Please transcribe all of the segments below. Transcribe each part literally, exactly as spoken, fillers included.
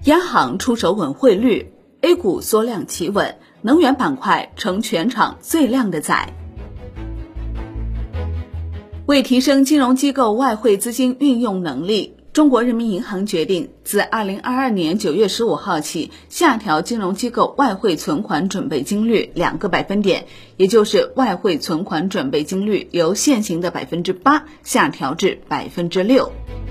央行出手稳汇率 ，A 股缩量企稳，能源板块成全场最靓的仔。为提升金融机构外汇资金运用能力，中国人民银行决定自二零二二年九月十五号起下调金融机构外汇存款准备金率两个百分点，也就是外汇存款准备金率由现行的百分之八下调至百分之六。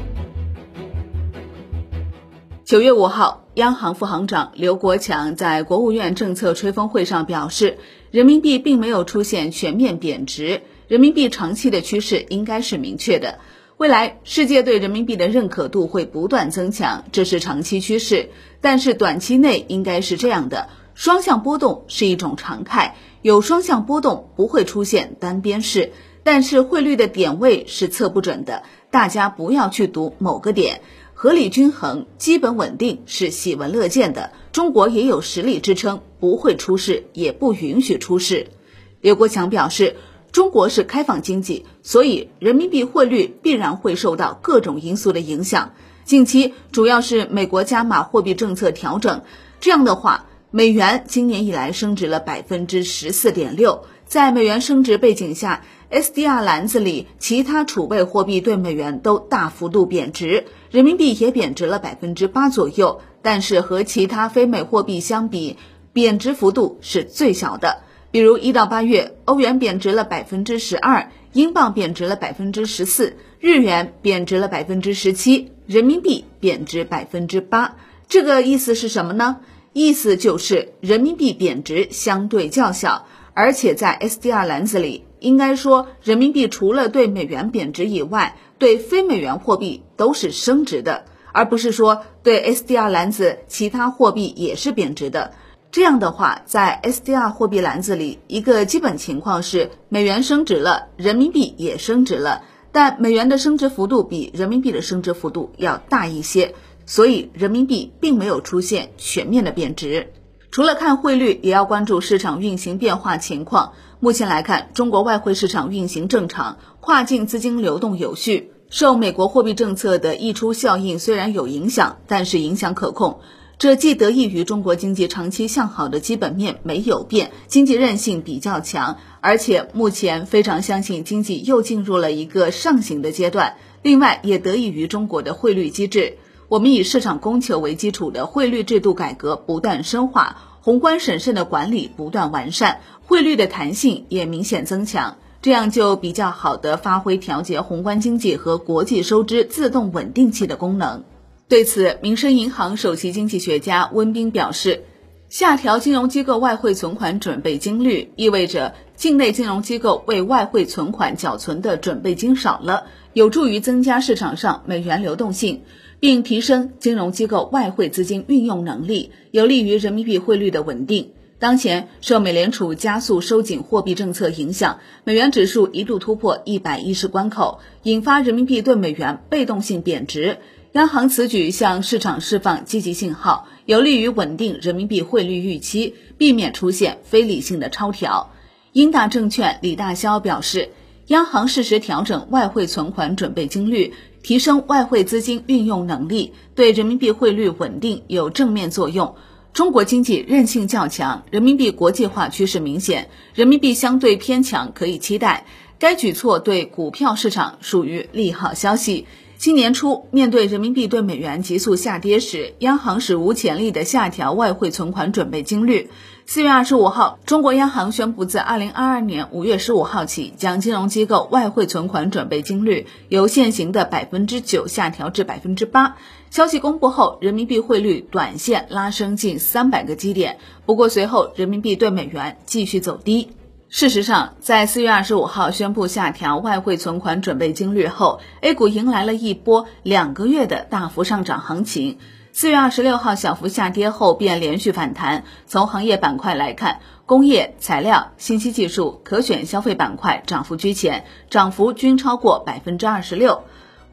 九月五号，央行副行长刘国强在国务院政策吹风会上表示，人民币并没有出现全面贬值，人民币长期的趋势应该是明确的。未来世界对人民币的认可度会不断增强，这是长期趋势，但是短期内应该是这样的，双向波动是一种常态，有双向波动不会出现单边式，但是汇率的点位是测不准的，大家不要去赌某个点，合理均衡基本稳定是喜闻乐见的，中国也有实力支撑，不会出事，也不允许出事。刘国强表示，中国是开放经济，所以人民币汇率必然会受到各种因素的影响。近期主要是美国加码货币政策调整，这样的话，美元今年以来升值了 百分之十四点六， 在美元升值背景下， S D R 篮子里其他储备货币对美元都大幅度贬值，人民币也贬值了 百分之八 左右，但是和其他非美货币相比，贬值幅度是最小的。比如一到八月，欧元贬值了 百分之十二， 英镑贬值了 百分之十四， 日元贬值了 百分之十七， 人民币贬值 百分之八。 这个意思是什么呢？意思就是人民币贬值相对较小，而且在 S D R 篮子里，应该说人民币除了对美元贬值以外，对非美元货币都是升值的，而不是说对 S D R 篮子其他货币也是贬值的。这样的话，在 S D R 货币篮子里，一个基本情况是美元升值了，人民币也升值了，但美元的升值幅度比人民币的升值幅度要大一些，所以人民币并没有出现全面的贬值。除了看汇率，也要关注市场运行变化情况。目前来看，中国外汇市场运行正常，跨境资金流动有序，受美国货币政策的溢出效应虽然有影响，但是影响可控。这既得益于中国经济长期向好的基本面没有变，经济韧性比较强，而且目前非常相信经济又进入了一个上行的阶段。另外也得益于中国的汇率机制，我们以市场供求为基础的汇率制度改革不断深化，宏观审慎的管理不断完善，汇率的弹性也明显增强，这样就比较好的发挥调节宏观经济和国际收支自动稳定器的功能。对此，民生银行首席经济学家温彬表示，下调金融机构外汇存款准备金率，意味着境内金融机构为外汇存款缴存的准备金少了，有助于增加市场上美元流动性，并提升金融机构外汇资金运用能力，有利于人民币汇率的稳定。当前受美联储加速收紧货币政策影响，美元指数一度突破一百一十关口，引发人民币对美元被动性贬值。央行此举向市场释放积极信号，有利于稳定人民币汇率预期，避免出现非理性的超调。英大证券李大霄表示，央行适时调整外汇存款准备金率，提升外汇资金运用能力，对人民币汇率稳定有正面作用。中国经济韧性较强，人民币国际化趋势明显，人民币相对偏强可以期待。该举措对股票市场属于利好消息。今年初，面对人民币对美元急速下跌时，央行史无前例的下调外汇存款准备金率。四月二十五号，中国央行宣布自二零二二年五月十五号起，将金融机构外汇存款准备金率由现行的 百分之九 下调至 百分之八。消息公布后，人民币汇率短线拉升近三百个基点，不过随后人民币对美元继续走低。事实上，在四月二十五号宣布下调外汇存款准备金率后， A 股迎来了一波两个月的大幅上涨行情。四月二十六号小幅下跌后便连续反弹。从行业板块来看，工业、材料、信息技术、可选消费板块涨幅居前，涨幅均超过 百分之二十六。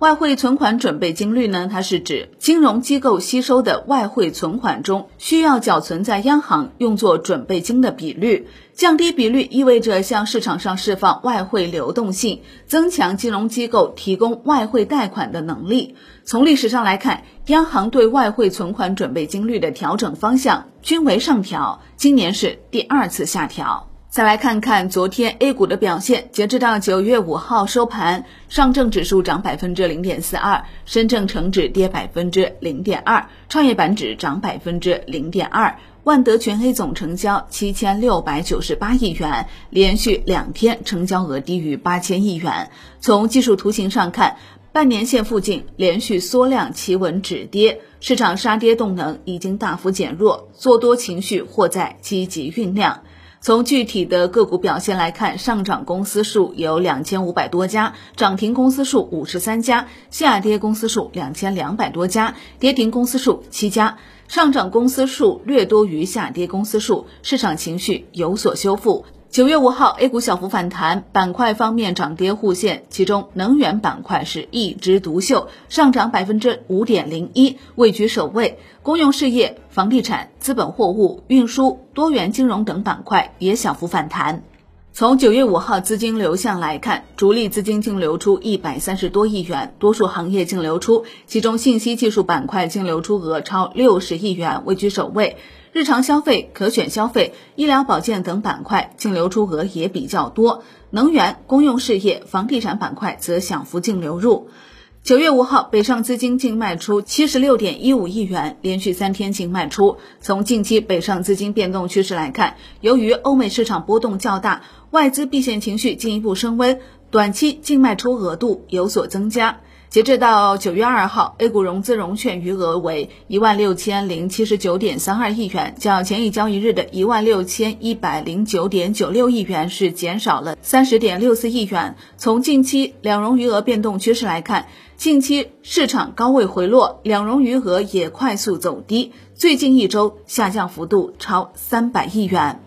外汇存款准备金率呢，它是指金融机构吸收的外汇存款中需要缴存在央行用作准备金的比率。降低比率意味着向市场上释放外汇流动性，增强金融机构提供外汇贷款的能力。从历史上来看，央行对外汇存款准备金率的调整方向均为上调，今年是第二次下调。再来看看昨天 A 股的表现，截至到九月五号收盘，上证指数涨 百分之零点四二， 深证成指跌 百分之零点二， 创业板指涨 百分之零点二， 万德全 A 总成交七千六百九十八亿元，连续两天成交额低于八千亿元。从技术图形上看，半年线附近连续缩量企稳止跌，市场杀跌动能已经大幅减弱，做多情绪或在积极酝酿。从具体的个股表现来看，上涨公司数有两千五百多家，涨停公司数五十三家，下跌公司数两千两百多家，跌停公司数七家。上涨公司数略多于下跌公司数，市场情绪有所修复。九月五号 A 股小幅反弹，板块方面涨跌互现，其中能源板块是一枝独秀，上涨 百分之五点零一， 位居首位。公用事业、房地产、资本货物、运输、多元金融等板块也小幅反弹。从九月五号资金流向来看，主力资金净流出一百三十多亿元，多数行业净流出，其中信息技术板块净流出额超六十亿元，位居首位。日常消费、可选消费、医疗保健等板块净流出额也比较多，能源、公用事业、房地产板块则小幅净流入。九月五号，北上资金净卖出 七十六点一五亿元，连续三天净卖出。从近期北上资金变动趋势来看，由于欧美市场波动较大，外资避险情绪进一步升温，短期净卖出额度有所增加。截至到九月二号 A 股融资融券余额为 一万六千零七十九点三二亿元，较前一交易日的 一万六千一百零九点九六亿元是减少了 三十点六四亿元。从近期两融余额变动趋势来看，近期市场高位回落，两融余额也快速走低，最近一周下降幅度超三百亿元。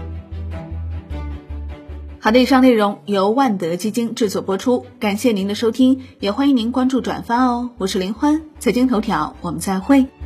好的，以上内容由万德基金制作播出，感谢您的收听，也欢迎您关注转发哦。我是林欢，财经头条，我们再会。